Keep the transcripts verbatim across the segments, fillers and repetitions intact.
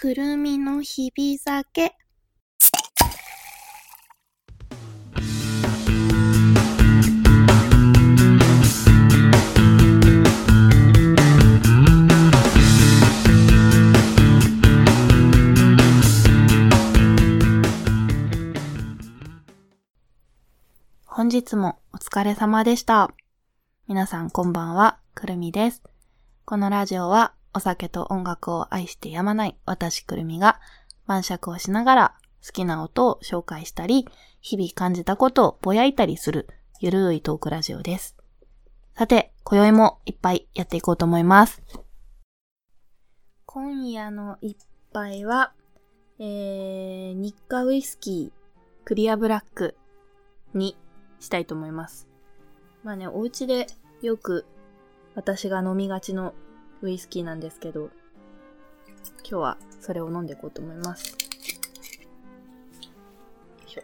くるみの日々酒。本日もお疲れ様でした。皆さんこんばんは、くるみです。このラジオはお酒と音楽を愛してやまない私くるみが晩酌をしながら好きな音を紹介したり、日々感じたことをぼやいたりするゆるいトークラジオです。さて、今宵もいっぱいやっていこうと思います。今夜の一杯は、えー、日課ウイスキークリアブラックにしたいと思います。まあね、お家でよく私が飲みがちのウイスキーなんですけど、今日はそれを飲んでいこうと思います。よいしょ。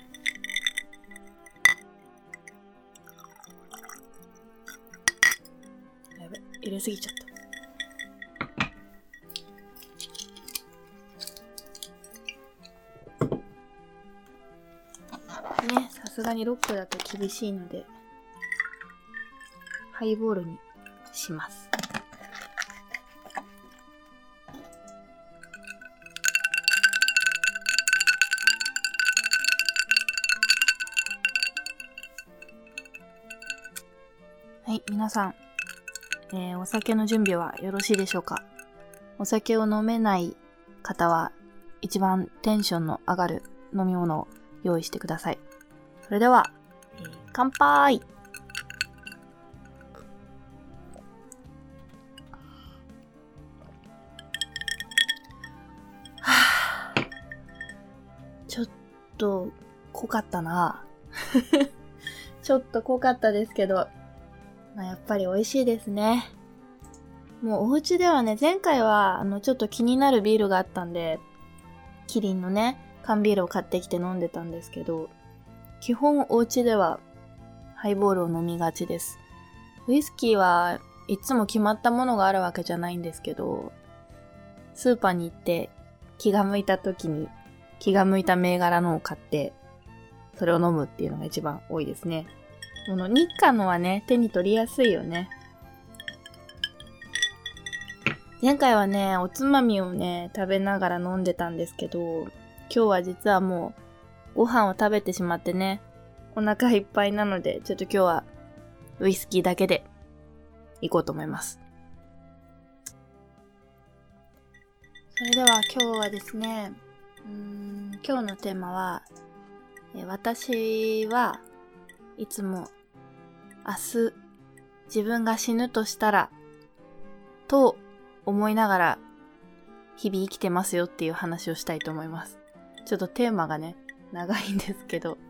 やべ、入れすぎちゃった。ね、さすがにロックだと厳しいので、ハイボールにします。はい、皆さん、えー、お酒の準備はよろしいでしょうか？お酒を飲めない方は一番テンションの上がる飲み物を用意してください。それでは、えー、乾杯！はぁ、ちょっと濃かったなちょっと濃かったですけど、まあ、やっぱり美味しいですね。もうお家ではね、前回はあのちょっと気になるビールがあったんで、キリンのね、缶ビールを買ってきて飲んでたんですけど、基本お家ではハイボールを飲みがちです。ウイスキーはいつも決まったものがあるわけじゃないんですけど、スーパーに行って気が向いた時に気が向いた銘柄のを買ってそれを飲むっていうのが一番多いですね。この日課のはね、手に取りやすいよね。前回はね、おつまみをね、食べながら飲んでたんですけど、今日は実はもうご飯を食べてしまってね、お腹いっぱいなので、ちょっと今日はウイスキーだけで行こうと思います。それでは今日はですね、うーん今日のテーマは、え私はいつも明日自分が死ぬとしたらと思いながら日々生きてますよっていう話をしたいと思います。ちょっとテーマがね長いんですけど、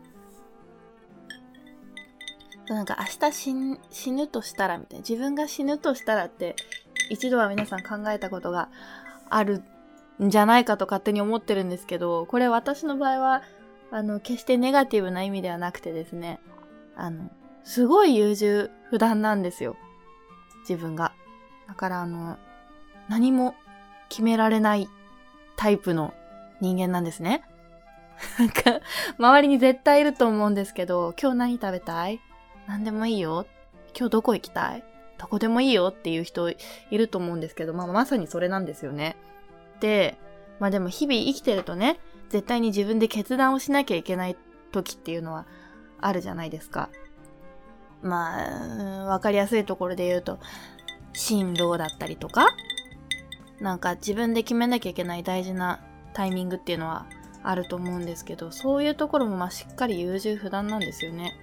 なんか明日死ん、死ぬとしたらみたいな、自分が死ぬとしたらって一度は皆さん考えたことがあるんじゃないかと勝手に思ってるんですけど、これ私の場合はあの決してネガティブな意味ではなくてですね、あのすごい優柔不断なんですよ、自分が。だからあの何も決められないタイプの人間なんですね。なんか周りに絶対いると思うんですけど、今日何食べたい？何でもいいよ。今日どこ行きたい？どこでもいいよっていう人いると思うんですけど、まあまさにそれなんですよね。で、まあでも日々生きてるとね、絶対に自分で決断をしなきゃいけない時っていうのはあるじゃないですか。まあ、わかりやすいところで言うと、進路だったりとか、なんか自分で決めなきゃいけない大事なタイミングっていうのはあると思うんですけど、そういうところもまあしっかり優柔不断なんですよね。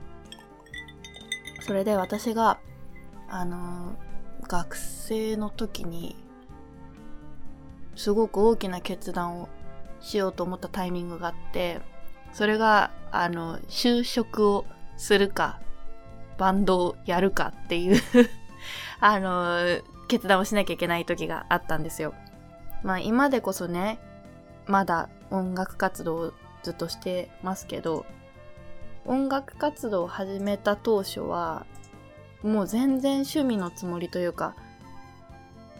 それで私があのー、学生の時にすごく大きな決断をしようと思ったタイミングがあって、それがあの就職をするかバンドをやるかっていうあの決断をしなきゃいけない時があったんですよ。まあ今でこそね、まだ音楽活動をずっとしてますけど、音楽活動を始めた当初はもう全然趣味のつもりというか、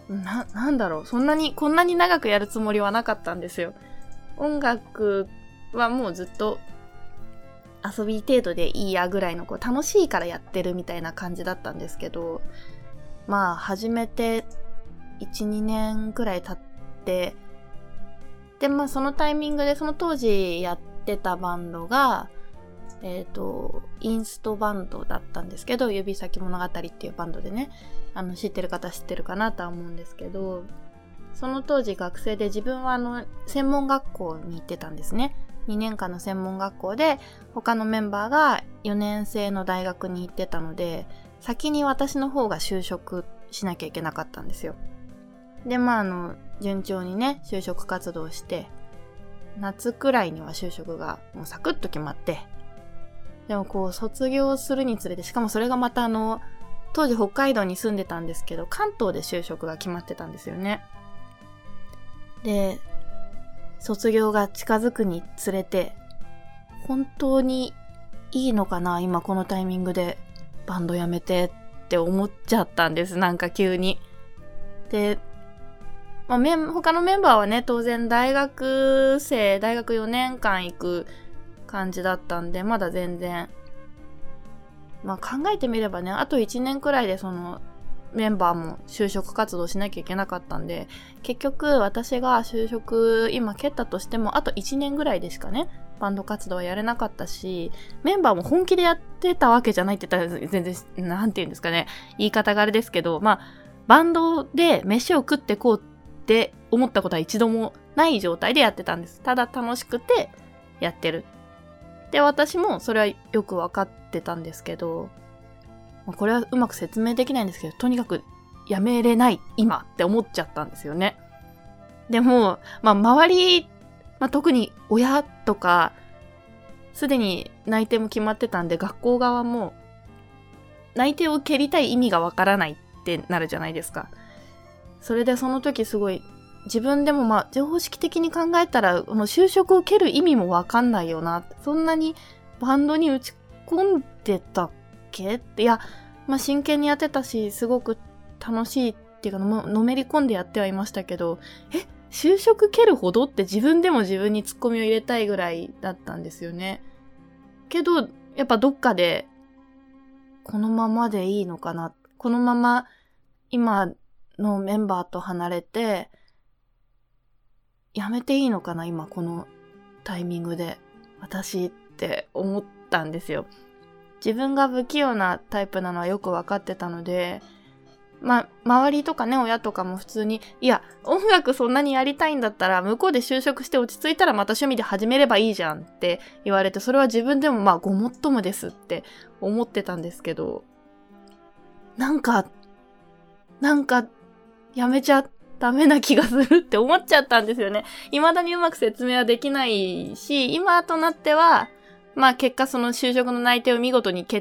な、なんだろう、そんなに、こんなに長くやるつもりはなかったんですよ。音楽はもうずっと遊び程度でいいやぐらいの、こう楽しいからやってるみたいな感じだったんですけど、まあ始めていち、にねんくらい経って、でまあそのタイミングでその当時やってたバンドが、えっと、インストバンドだったんですけど、指先物語っていうバンドでね、あの知ってる方知ってるかなとは思うんですけど、その当時学生で自分はあの専門学校に行ってたんですね。にねんかんの専門学校で、他のメンバーがよねん生の大学に行ってたので、先に私の方が就職しなきゃいけなかったんですよ。で、まああの、順調にね、就職活動して、夏くらいには就職がもうサクッと決まって、でもこう卒業するにつれて、しかもそれがまたあの、当時北海道に住んでたんですけど、関東で就職が決まってたんですよね。で、卒業が近づくにつれて、本当にいいのかな、今このタイミングでバンドやめてって思っちゃったんです、なんか急に。で、まあ、メン他のメンバーはね、当然大学生、大学よねんかん行く感じだったんで、まだ全然、まあ考えてみればね、あといちねんくらいでそのメンバーも就職活動しなきゃいけなかったんで、結局私が就職今蹴ったとしてもあといちねんぐらいでしかね、バンド活動はやれなかったし、メンバーも本気でやってたわけじゃないって言ったら全然、なんて言うんですかね、言い方があれですけど、まあバンドで飯を食ってこうって思ったことは一度もない状態でやってたんです。ただ楽しくてやってる。で、私もそれはよく分かってたんですけど、これはうまく説明できないんですけど、とにかくやめれない今って思っちゃったんですよね。でも、まあ周り、まあ、特に親とか、すでに内定も決まってたんで、学校側も内定を蹴りたい意味がわからないってなるじゃないですか。それでその時すごい、自分でもまあ常識的に考えたら、この就職を蹴る意味もわかんないよな。そんなにバンドに打ち込んでたっけって、いや、まあ真剣にやってたし、すごく楽しいっていうか、ののめり込んでやってはいましたけど、え、就職蹴るほどって自分でも自分にツッコミを入れたいぐらいだったんですよね。けど、やっぱどっかで、このままでいいのかな。このまま今のメンバーと離れて、やめていいのかな今このタイミングで私って思ったんですよ。自分が不器用なタイプなのはよく分かってたので、まあ周りとかね、親とかも普通に、いや音楽そんなにやりたいんだったら向こうで就職して落ち着いたらまた趣味で始めればいいじゃんって言われて、それは自分でもまあごもっともですって思ってたんですけど、なんかなんかやめちゃダメな気がするって思っちゃったんですよね。未だにうまく説明はできないし、今となっては、まあ結果その就職の内定を見事に蹴って、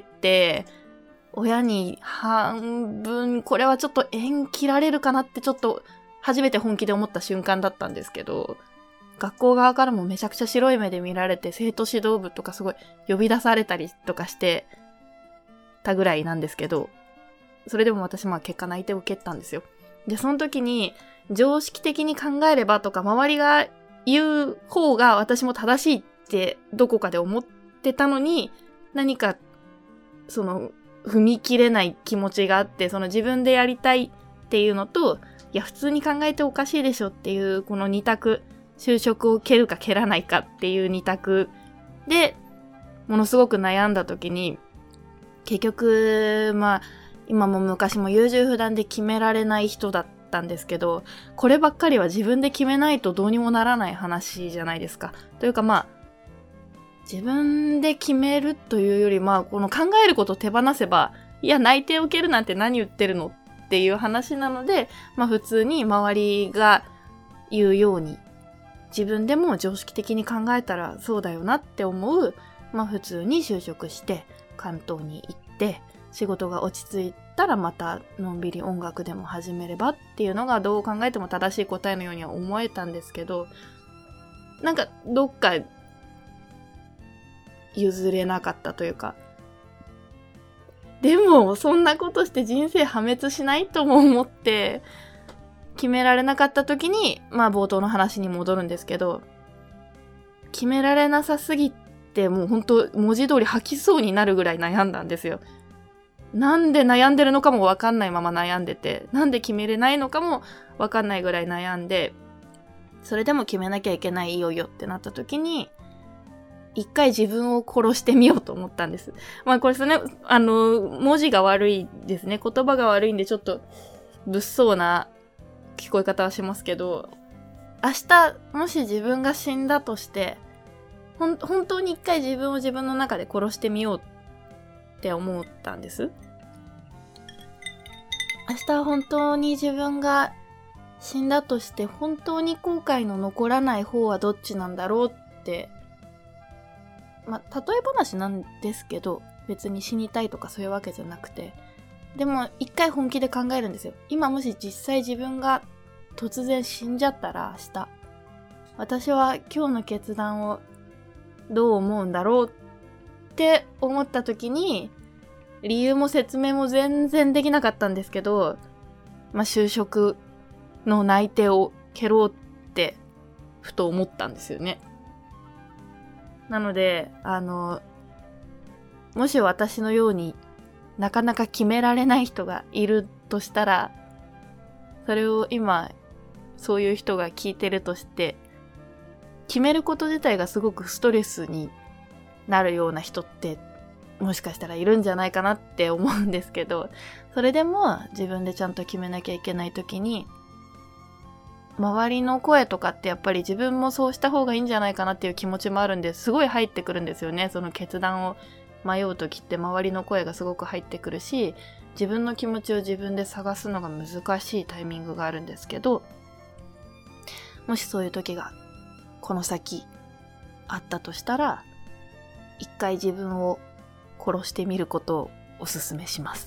親に半分、これはちょっと縁切られるかなってちょっと初めて本気で思った瞬間だったんですけど、学校側からもめちゃくちゃ白い目で見られて、生徒指導部とかすごい呼び出されたりとかしてたぐらいなんですけど、それでも私まあ結果内定を蹴ったんですよ。で、その時に常識的に考えればとか周りが言う方が私も正しいってどこかで思ってたのに、何かその踏み切れない気持ちがあって、その自分でやりたいっていうのと、いや普通に考えておかしいでしょっていうこの二択、就職を蹴るか蹴らないかっていう二択でものすごく悩んだ時に、結局まあ今も昔も優柔不断で決められない人だったんですけど、こればっかりは自分で決めないとどうにもならない話じゃないですか。というかまあ、自分で決めるというより、まあこの考えることを手放せば、いや内定を受けるなんて何言ってるのっていう話なので、まあ普通に周りが言うように、自分でも常識的に考えたらそうだよなって思う、まあ普通に就職して関東に行って、仕事が落ち着いたらまたのんびり音楽でも始めればっていうのがどう考えても正しい答えのようには思えたんですけど、なんかどっか譲れなかったというか、でもそんなことして人生破滅しないとも思って、 決められなかった時に、まあ冒頭の話に戻るんですけど、決められなさすぎてもうほんと文字通り吐きそうになるぐらい悩んだんですよ。なんで悩んでるのかもわかんないまま悩んでて、なんで決めれないのかもわかんないぐらい悩んで、それでも決めなきゃいけないいよいよってなった時に、一回自分を殺してみようと思ったんです。まあこれですね、あの、文字が悪いですね。言葉が悪いんでちょっと物騒な聞こえ方はしますけど、明日もし自分が死んだとして、ほん本当に一回自分を自分の中で殺してみようって思ったんです。明日本当に自分が死んだとして本当に後悔の残らない方はどっちなんだろうって、まあ例え話なんですけど、別に死にたいとかそういうわけじゃなくて、でも一回本気で考えるんですよ。今もし実際自分が突然死んじゃったら明日、私は今日の決断をどう思うんだろうって思った時に、理由も説明も全然できなかったんですけど、まあ就職の内定を蹴ろうってふと思ったんですよね。なので、あの、もし私のようになかなか決められない人がいるとしたら、それを今そういう人が聞いてるとして、決めること自体がすごくストレスになるような人ってもしかしたらいるんじゃないかなって思うんですけど、それでも自分でちゃんと決めなきゃいけないときに、周りの声とかってやっぱり自分もそうした方がいいんじゃないかなっていう気持ちもあるんで、すごい入ってくるんですよね。その決断を迷うときって周りの声がすごく入ってくるし、自分の気持ちを自分で探すのが難しいタイミングがあるんですけど、もしそういう時がこの先あったとしたら、一回自分を殺してみることをおすすめします。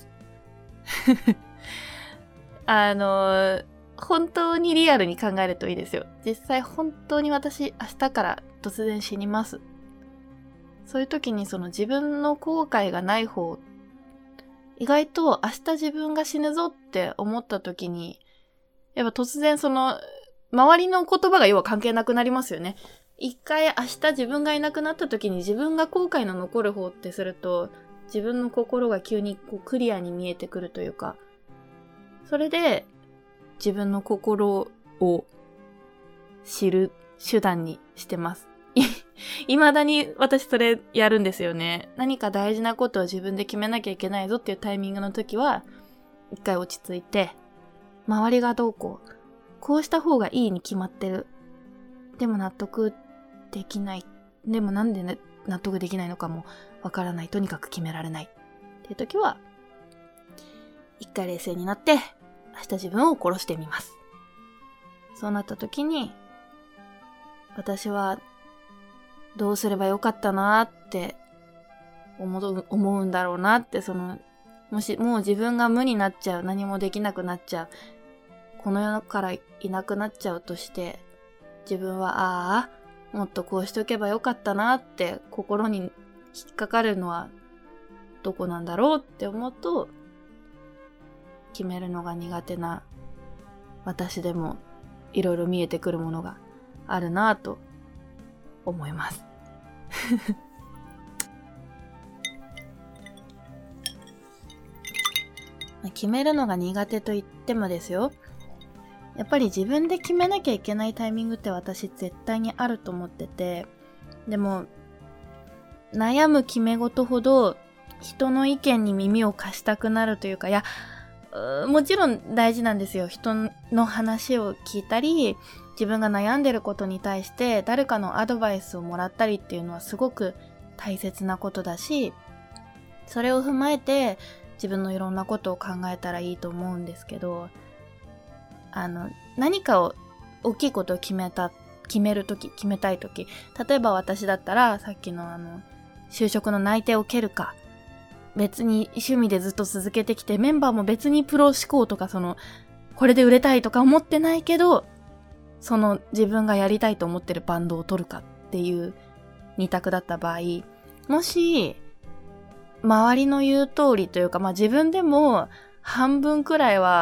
あの、本当にリアルに考えるといいですよ。実際本当に私明日から突然死にます。そういう時にその自分の後悔がない方、意外と明日自分が死ぬぞって思った時に、やっぱ突然その周りの言葉が要は関係なくなりますよね。一回明日自分がいなくなった時に自分が後悔の残る方ってすると、自分の心が急にこうクリアに見えてくるというか、それで自分の心を知る手段にしてます。未だに私それやるんですよね。何か大事なことを自分で決めなきゃいけないぞっていうタイミングの時は、一回落ち着いて、周りがどうこう、こうした方がいいに決まってる。でも納得できない。でもなんで、ね、納得できないのかもわからない。とにかく決められない。っていう時は、一回冷静になって、明日自分を殺してみます。そうなった時に、私はどうすればよかったなって思う、思うんだろうなって、その、もしもう自分が無になっちゃう、何もできなくなっちゃう、この世からいなくなっちゃうとして、自分はああ、もっとこうしとけばよかったなって心に引っかかるのはどこなんだろうって思うと、決めるのが苦手な私でもいろいろ見えてくるものがあるなぁと思います。決めるのが苦手と言ってもですよ、やっぱり自分で決めなきゃいけないタイミングって私絶対にあると思ってて、でも悩む決め事ほど人の意見に耳を貸したくなるというか、いやもちろん大事なんですよ。人の話を聞いたり、自分が悩んでることに対して誰かのアドバイスをもらったりっていうのはすごく大切なことだし、それを踏まえて自分のいろんなことを考えたらいいと思うんですけど、あの何かを大きいことを決めた決めるとき決めたいとき、例えば私だったらさっきのあの就職の内定を蹴るか、別に趣味でずっと続けてきてメンバーも別にプロ志向とかそのこれで売れたいとか思ってないけど、その自分がやりたいと思ってるバンドを取るかっていう二択だった場合、もし周りの言う通りというか、まあ自分でも半分くらいは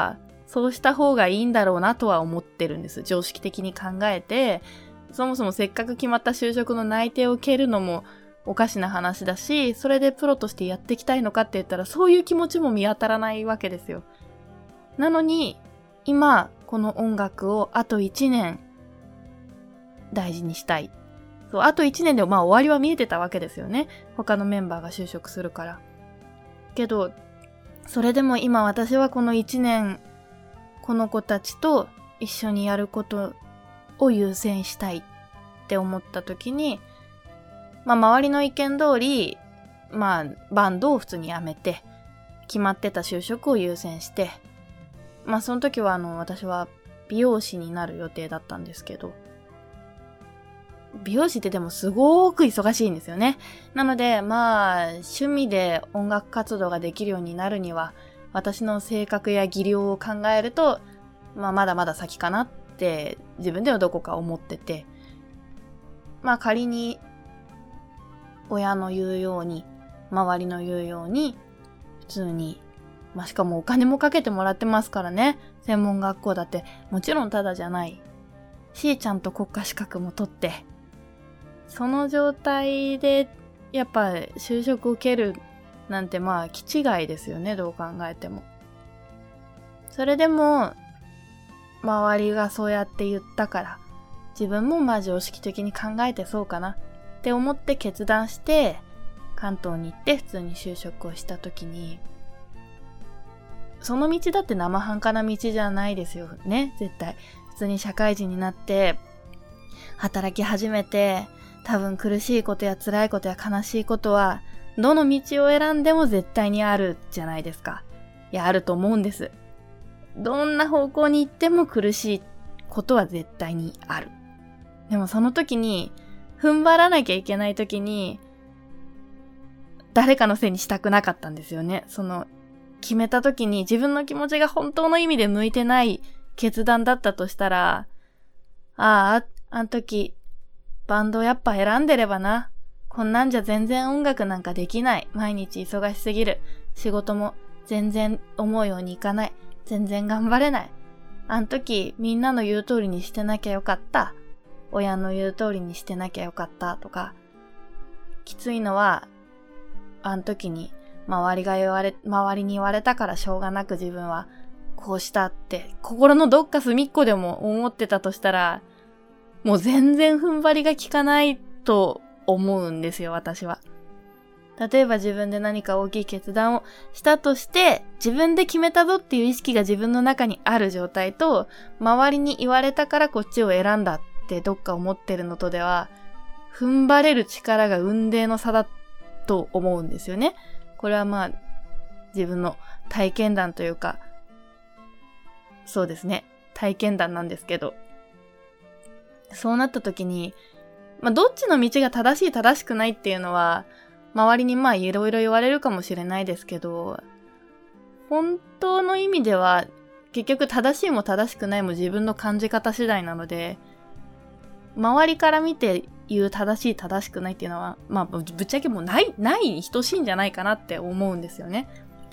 そうした方がいいんだろうなとは思ってるんです。常識的に考えて、そもそもせっかく決まった就職の内定を受けるのもおかしな話だし、それでプロとしてやっていきたいのかって言ったらそういう気持ちも見当たらないわけですよ。なのに、今、この音楽をあといちねん大事にしたい。そう、あといちねんでまあ終わりは見えてたわけですよね。他のメンバーが就職するから。けど、それでも今私はこのいちねん、この子たちと一緒にやることを優先したいって思った時に、まあ周りの意見通り、まあバンドを普通にやめて、決まってた就職を優先して、まあその時はあの私は美容師になる予定だったんですけど、美容師ってでもすごーく忙しいんですよね。なのでまあ趣味で音楽活動ができるようになるには、私の性格や技量を考えると、まあまだまだ先かなって自分ではどこか思ってて、まあ仮に親の言うように、周りの言うように、普通に、まあしかもお金もかけてもらってますからね。専門学校だってもちろんただじゃないし、ちゃんと国家資格も取って、その状態でやっぱ就職を受けるなんてまあ気違いですよね、どう考えても。それでも周りがそうやって言ったから、自分もまあ常識的に考えてそうかなって思って決断して関東に行って普通に就職をした時に、その道だって生半可な道じゃないですよね、絶対。普通に社会人になって働き始めて、多分苦しいことや辛いことや悲しいことはどの道を選んでも絶対にあるじゃないですか。いや、あると思うんです。どんな方向に行っても苦しいことは絶対にある。でもその時に踏ん張らなきゃいけない時に誰かのせいにしたくなかったんですよね。その決めた時に自分の気持ちが本当の意味で向いてない決断だったとしたら、ああ、あの時バンドやっぱ選んでればな。こんなんじゃ全然音楽なんかできない。毎日忙しすぎる。仕事も全然思うようにいかない。全然頑張れない。あの時みんなの言う通りにしてなきゃよかった。親の言う通りにしてなきゃよかったとか。きついのは、あの時に周りが言われ、周りに言われたからしょうがなく自分はこうしたって心のどっか隅っこでも思ってたとしたら、もう全然踏ん張りが効かないと思うんですよ、私は。例えば自分で何か大きい決断をしたとして、自分で決めたぞっていう意識が自分の中にある状態と、周りに言われたからこっちを選んだってどっか思ってるのとでは、踏ん張れる力が雲泥の差だと思うんですよね。これはまあ、自分の体験談というか、そうですね、体験談なんですけど、そうなった時に、まあ、どっちの道が正しい正しくないっていうのは、周りにまあいろいろ言われるかもしれないですけど、本当の意味では、結局正しいも正しくないも自分の感じ方次第なので、周りから見て言う正しい正しくないっていうのは、まあぶっちゃけもうない、ないに等しいんじゃないかなって思うんですよね。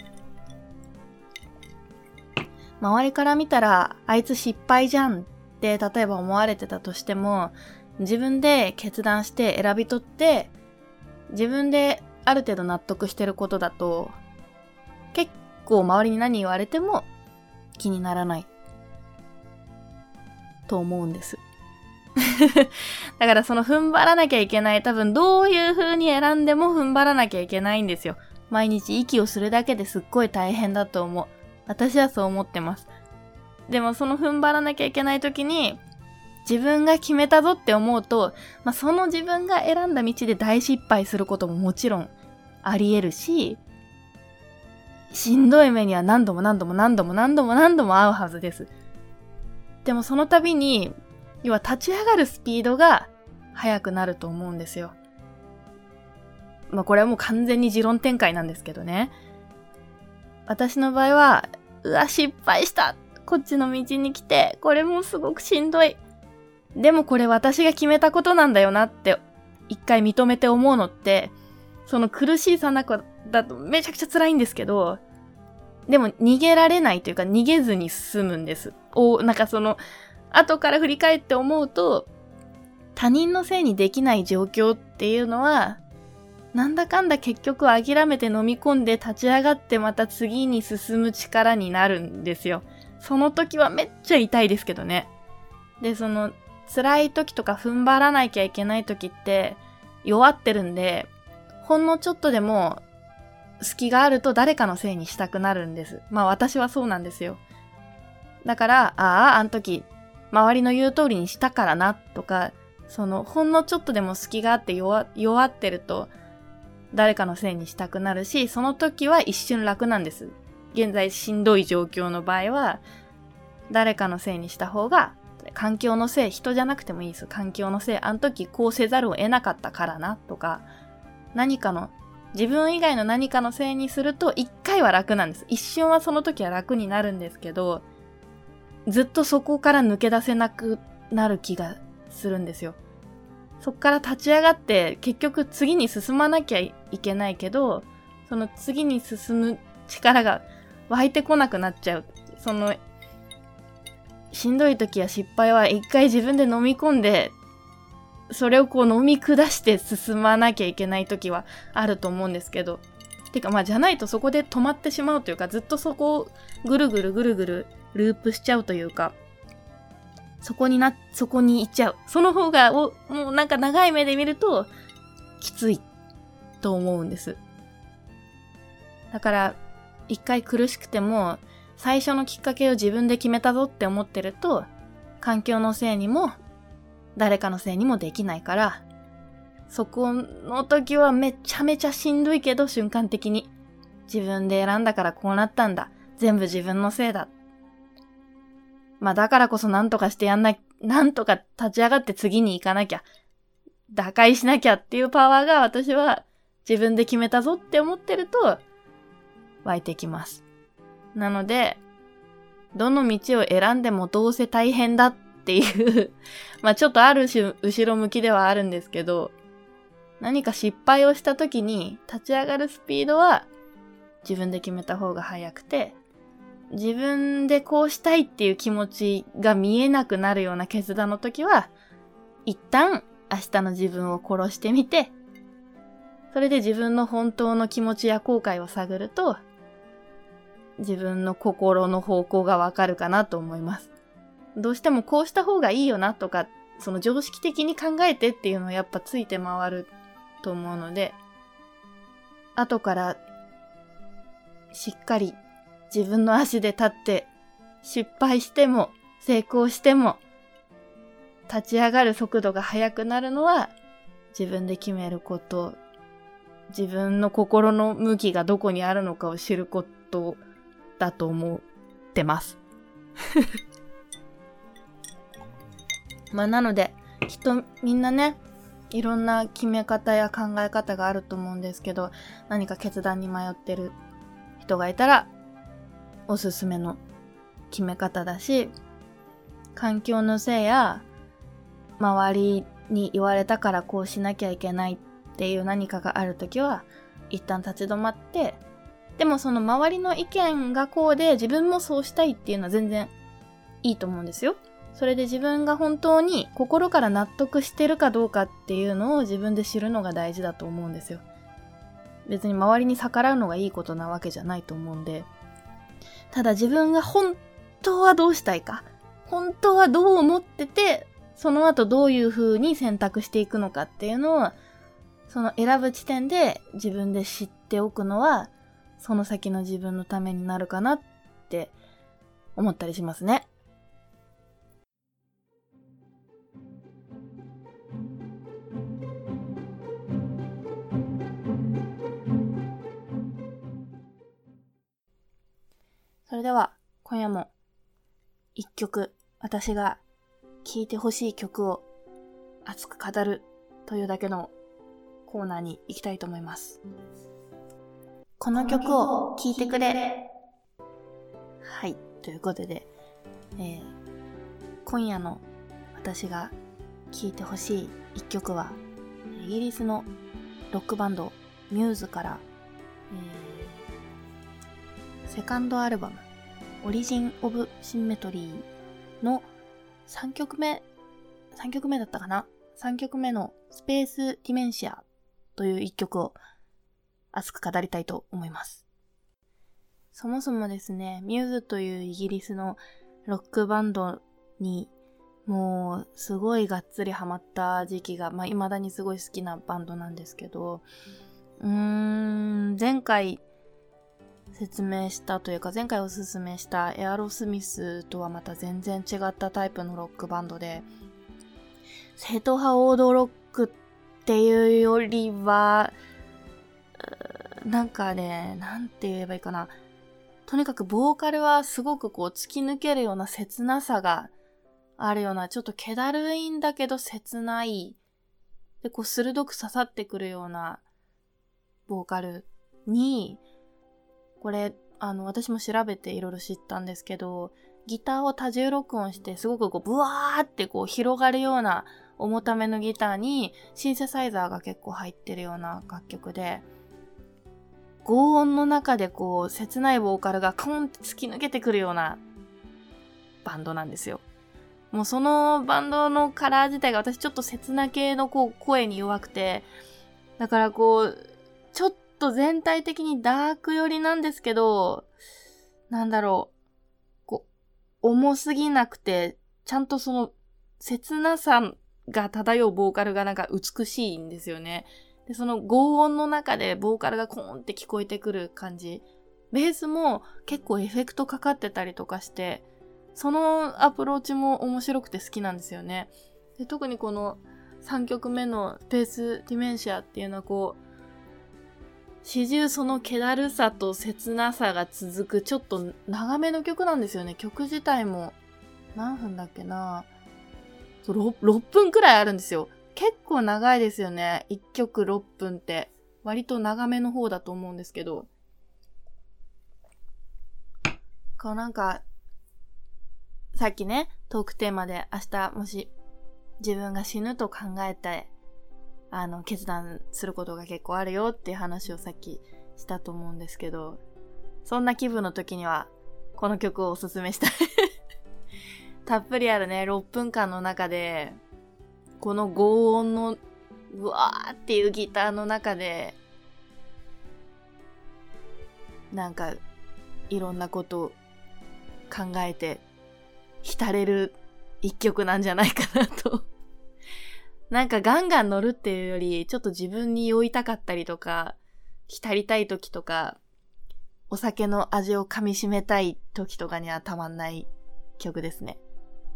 周りから見たら、あいつ失敗じゃんって例えば思われてたとしても、自分で決断して選び取って、自分である程度納得してることだと、結構周りに何言われても気にならないと思うんです。だからその踏ん張らなきゃいけない、多分どういう風に選んでも踏ん張らなきゃいけないんですよ。毎日息をするだけですっごい大変だと思う。私はそう思ってます。でもその踏ん張らなきゃいけない時に、自分が決めたぞって思うと、まあ、その自分が選んだ道で大失敗することももちろんあり得るし、しんどい目には何度も何度も何度も何度も何度も合うはずです。でもその度に、要は立ち上がるスピードが速くなると思うんですよ。まあこれはもう完全に持論展開なんですけどね。私の場合は、うわ、失敗した。こっちの道に来て、これもすごくしんどい。でもこれ私が決めたことなんだよなって一回認めて思うのって、その苦しいさなかだとめちゃくちゃ辛いんですけど、 でも逃げられないというか逃げずに進むんです。お、なんかその、後から振り返って思うと、他人のせいにできない状況っていうのは、なんだかんだ結局諦めて飲み込んで立ち上がってまた次に進む力になるんですよ。その時はめっちゃ痛いですけどね。で、その辛い時とか踏ん張らなきゃいけない時って弱ってるんで、ほんのちょっとでも隙があると誰かのせいにしたくなるんです。まあ私はそうなんですよ。だから、ああ、あの時周りの言う通りにしたからなとか、そのほんのちょっとでも隙があって弱、弱ってると誰かのせいにしたくなるし、その時は一瞬楽なんです。現在しんどい状況の場合は、誰かのせいにした方が、環境のせい、人じゃなくてもいいです。環境のせい、あの時こうせざるを得なかったからな、とか、何かの、自分以外の何かのせいにすると、一回は楽なんです。一瞬はその時は楽になるんですけど、ずっとそこから抜け出せなくなる気がするんですよ。そっから立ち上がって結局次に進まなきゃいけないけど、その次に進む力が湧いてこなくなっちゃう。そのしんどい時や失敗は一回自分で飲み込んで、それをこう飲み下して進まなきゃいけない時はあると思うんですけど、てかまあじゃないとそこで止まってしまうというか、ずっとそこをぐるぐるぐるぐるループしちゃうというか、そこにな、そこに行っちゃう。その方が、お、もうなんか長い目で見ると、きついと思うんです。だから、一回苦しくても、最初のきっかけを自分で決めたぞって思ってると、環境のせいにも、誰かのせいにもできないから、そこの時はめちゃめちゃしんどいけど、瞬間的に、自分で選んだからこうなったんだ。全部自分のせいだ。まあだからこそ何とかしてやんな、なんとか立ち上がって次に行かなきゃ、打開しなきゃっていうパワーが私は自分で決めたぞって思ってると湧いてきます。なので、どの道を選んでもどうせ大変だっていうまあちょっとある種後ろ向きではあるんですけど、何か失敗をした時に立ち上がるスピードは自分で決めた方が早くて、自分でこうしたいっていう気持ちが見えなくなるような決断の時は、一旦明日の自分を殺してみて、それで自分の本当の気持ちや後悔を探ると、自分の心の方向がわかるかなと思います。どうしてもこうした方がいいよなとか、その常識的に考えてっていうのはやっぱついて回ると思うので、後からしっかり自分の足で立って失敗しても成功しても立ち上がる速度が速くなるのは自分で決めること、自分の心の向きがどこにあるのかを知ることだと思ってますまあなのできっとみんなね、いろんな決め方や考え方があると思うんですけど、何か決断に迷ってる人がいたらおすすめの決め方だし、環境のせいや周りに言われたからこうしなきゃいけないっていう何かがあるときは一旦立ち止まって、でもその周りの意見がこうで自分もそうしたいっていうのは全然いいと思うんですよ。それで自分が本当に心から納得してるかどうかっていうのを自分で知るのが大事だと思うんですよ。別に周りに逆らうのがいいことなわけじゃないと思うんで、ただ自分が本当はどうしたいか、本当はどう思ってて、その後どういう風に選択していくのかっていうのを、その選ぶ地点で自分で知っておくのは、その先の自分のためになるかなって思ったりしますね。それでは今夜も一曲、私が聴いてほしい曲を熱く語るというだけのコーナーに行きたいと思います。この曲を聴いてくれ。はい、ということで、えー、今夜の私が聴いてほしい一曲はイギリスのロックバンドミューズから、えー、 セカンドアルバム、オリジン・オブ・シンメトリーのさんきょくめ、さんきょくめだったかな ?さん 曲目のスペース・ディメンシアといういっきょくを熱く語りたいと思います。そもそもですね、ミューズというイギリスのロックバンドにもうすごいがっつりハマった時期が、まあ未だにすごい好きなバンドなんですけど、うーん、前回説明したというか前回おすすめしたエアロスミスとはまた全然違ったタイプのロックバンドで、正統派王道ロックっていうよりは、なんかね、なんて言えばいいかな。とにかくボーカルはすごくこう突き抜けるような切なさがあるような、ちょっと気だるいんだけど切ない、でこう鋭く刺さってくるようなボーカルに、これあの私も調べていろいろ知ったんですけど、ギターを多重録音してすごくこうブワーってこう広がるような重ためのギターにシンセサイザーが結構入ってるような楽曲で、轟音の中でこう切ないボーカルがコンって突き抜けてくるようなバンドなんですよ。もうそのバンドのカラー自体が私ちょっと切な系のこう声に弱くて、だからこうちょっと全体的にダーク寄りなんですけど、なんだろう、こう重すぎなくてちゃんとその切なさが漂うボーカルがなんか美しいんですよね。で、その轟音の中でボーカルがコーンって聞こえてくる感じ。ベースも結構エフェクトかかってたりとかして、そのアプローチも面白くて好きなんですよね。で、特にこのさんきょくめのペースディメンシアっていうのはこう、始終その気だるさと切なさが続くちょっと長めの曲なんですよね。曲自体も何分だっけな 6, ろっぷんくらいあるんですよ。結構長いですよね。いっきょくろっぷんって。割と長めの方だと思うんですけど。こうなんか、さっきね、トークテーマで明日もし自分が死ぬと考えて、あの、決断することが結構あるよっていう話をさっきしたと思うんですけど、そんな気分の時には、この曲をおすすめしたい。たっぷりあるね、ろっぷんかんの中で、この轟音のうわーっていうギターの中でなんかいろんなことを考えて浸れる一曲なんじゃないかなと。なんかガンガン乗るっていうよりちょっと自分に酔いたかったりとか、浸りたい時とか、お酒の味を噛み締めたい時とかにはたまんない曲ですね。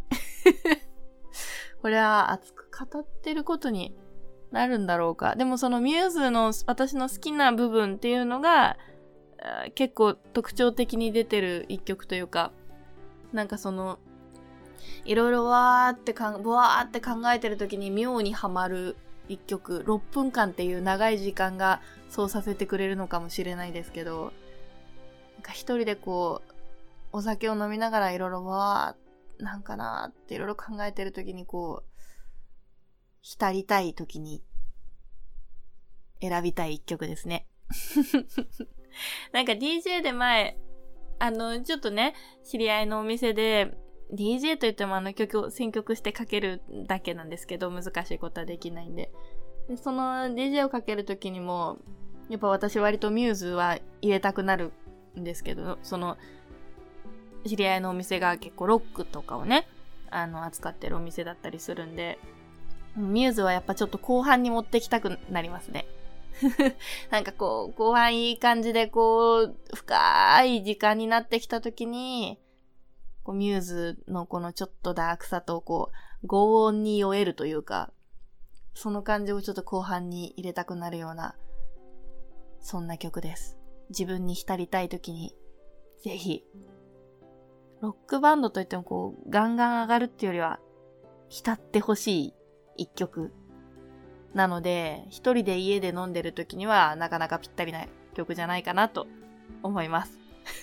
これは熱く語ってることになるんだろうか。でもそのミューズの私の好きな部分っていうのが結構特徴的に出てる一曲というか、なんかそのいろいろわーってかん、ぼわーって考えてる時に妙にハマる一曲、ろっぷんかんっていう長い時間がそうさせてくれるのかもしれないですけど、なんか一人でこうお酒を飲みながらいろいろわーなんかなーっていろいろ考えてる時にこう浸りたい時に選びたい一曲ですね。なんか ディージェー で前あのちょっとね知り合いのお店で ディージェー といってもあの曲を選曲してかけるだけなんですけど、難しいことはできないんで、でその ディージェー をかける時にもやっぱ私割とミューズは入れたくなるんですけど、その知り合いのお店が結構ロックとかをねあの扱ってるお店だったりするんで、ミューズはやっぱちょっと後半に持ってきたくなりますね。なんかこう後半いい感じでこう深い時間になってきた時にこうミューズのこのちょっとダークさとこう轟音に酔えるというか、その感じをちょっと後半に入れたくなるようなそんな曲です。自分に浸りたい時にぜひ。ロックバンドといってもこうガンガン上がるっていうよりは浸ってほしい一曲なので、一人で家で飲んでる時にはなかなかぴったりな曲じゃないかなと思います。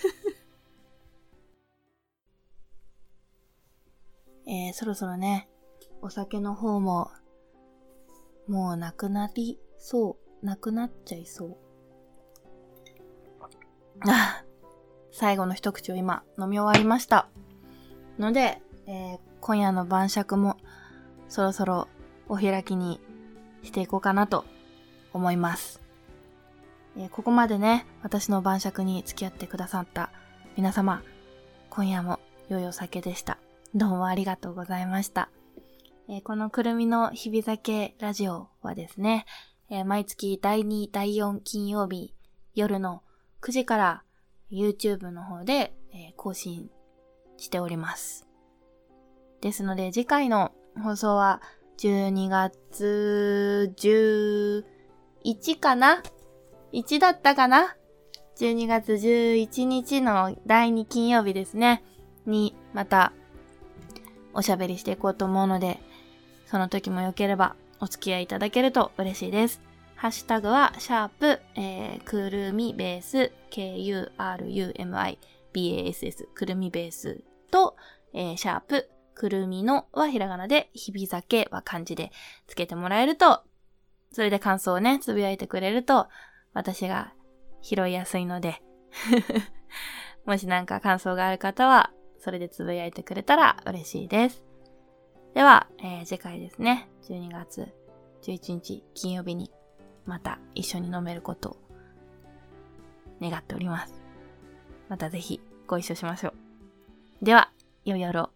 えー、そろそろねお酒の方ももうなくなりそうなくなっちゃいそう。あ最後の一口を今飲み終わりましたので、えー、今夜の晩酌もそろそろお開きにしていこうかなと思います。えー、ここまでね、私の晩酌に付き合ってくださった皆様、今夜も良いお酒でした。どうもありがとうございました。えー、このくるみの日々酒ラジオはですね、えー、毎月だいに、だいよん金曜日夜のくじから YouTube の方で、えー、更新しております。ですので次回の放送はじゅうにがつじゅういちかないちだったかな ?じゅうにがつじゅういちにちのだいに金曜日ですね。にまたおしゃべりしていこうと思うので、その時もよければお付き合いいただけると嬉しいです。ハッシュタグはシャープ、えー、くるみベース ケーユーアールユーエムアイビーエーエスエス くるみベースと、えー、シャープくるみのはひらがなで日々酒は漢字でつけてもらえると、それで感想をねつぶやいてくれると私が拾いやすいのでもしなんか感想がある方はそれでつぶやいてくれたら嬉しいです。では、えー、次回ですね、じゅうにがつじゅういちにち金曜日にまた一緒に飲めることを願っております。またぜひご一緒しましょう。では、良い夜を。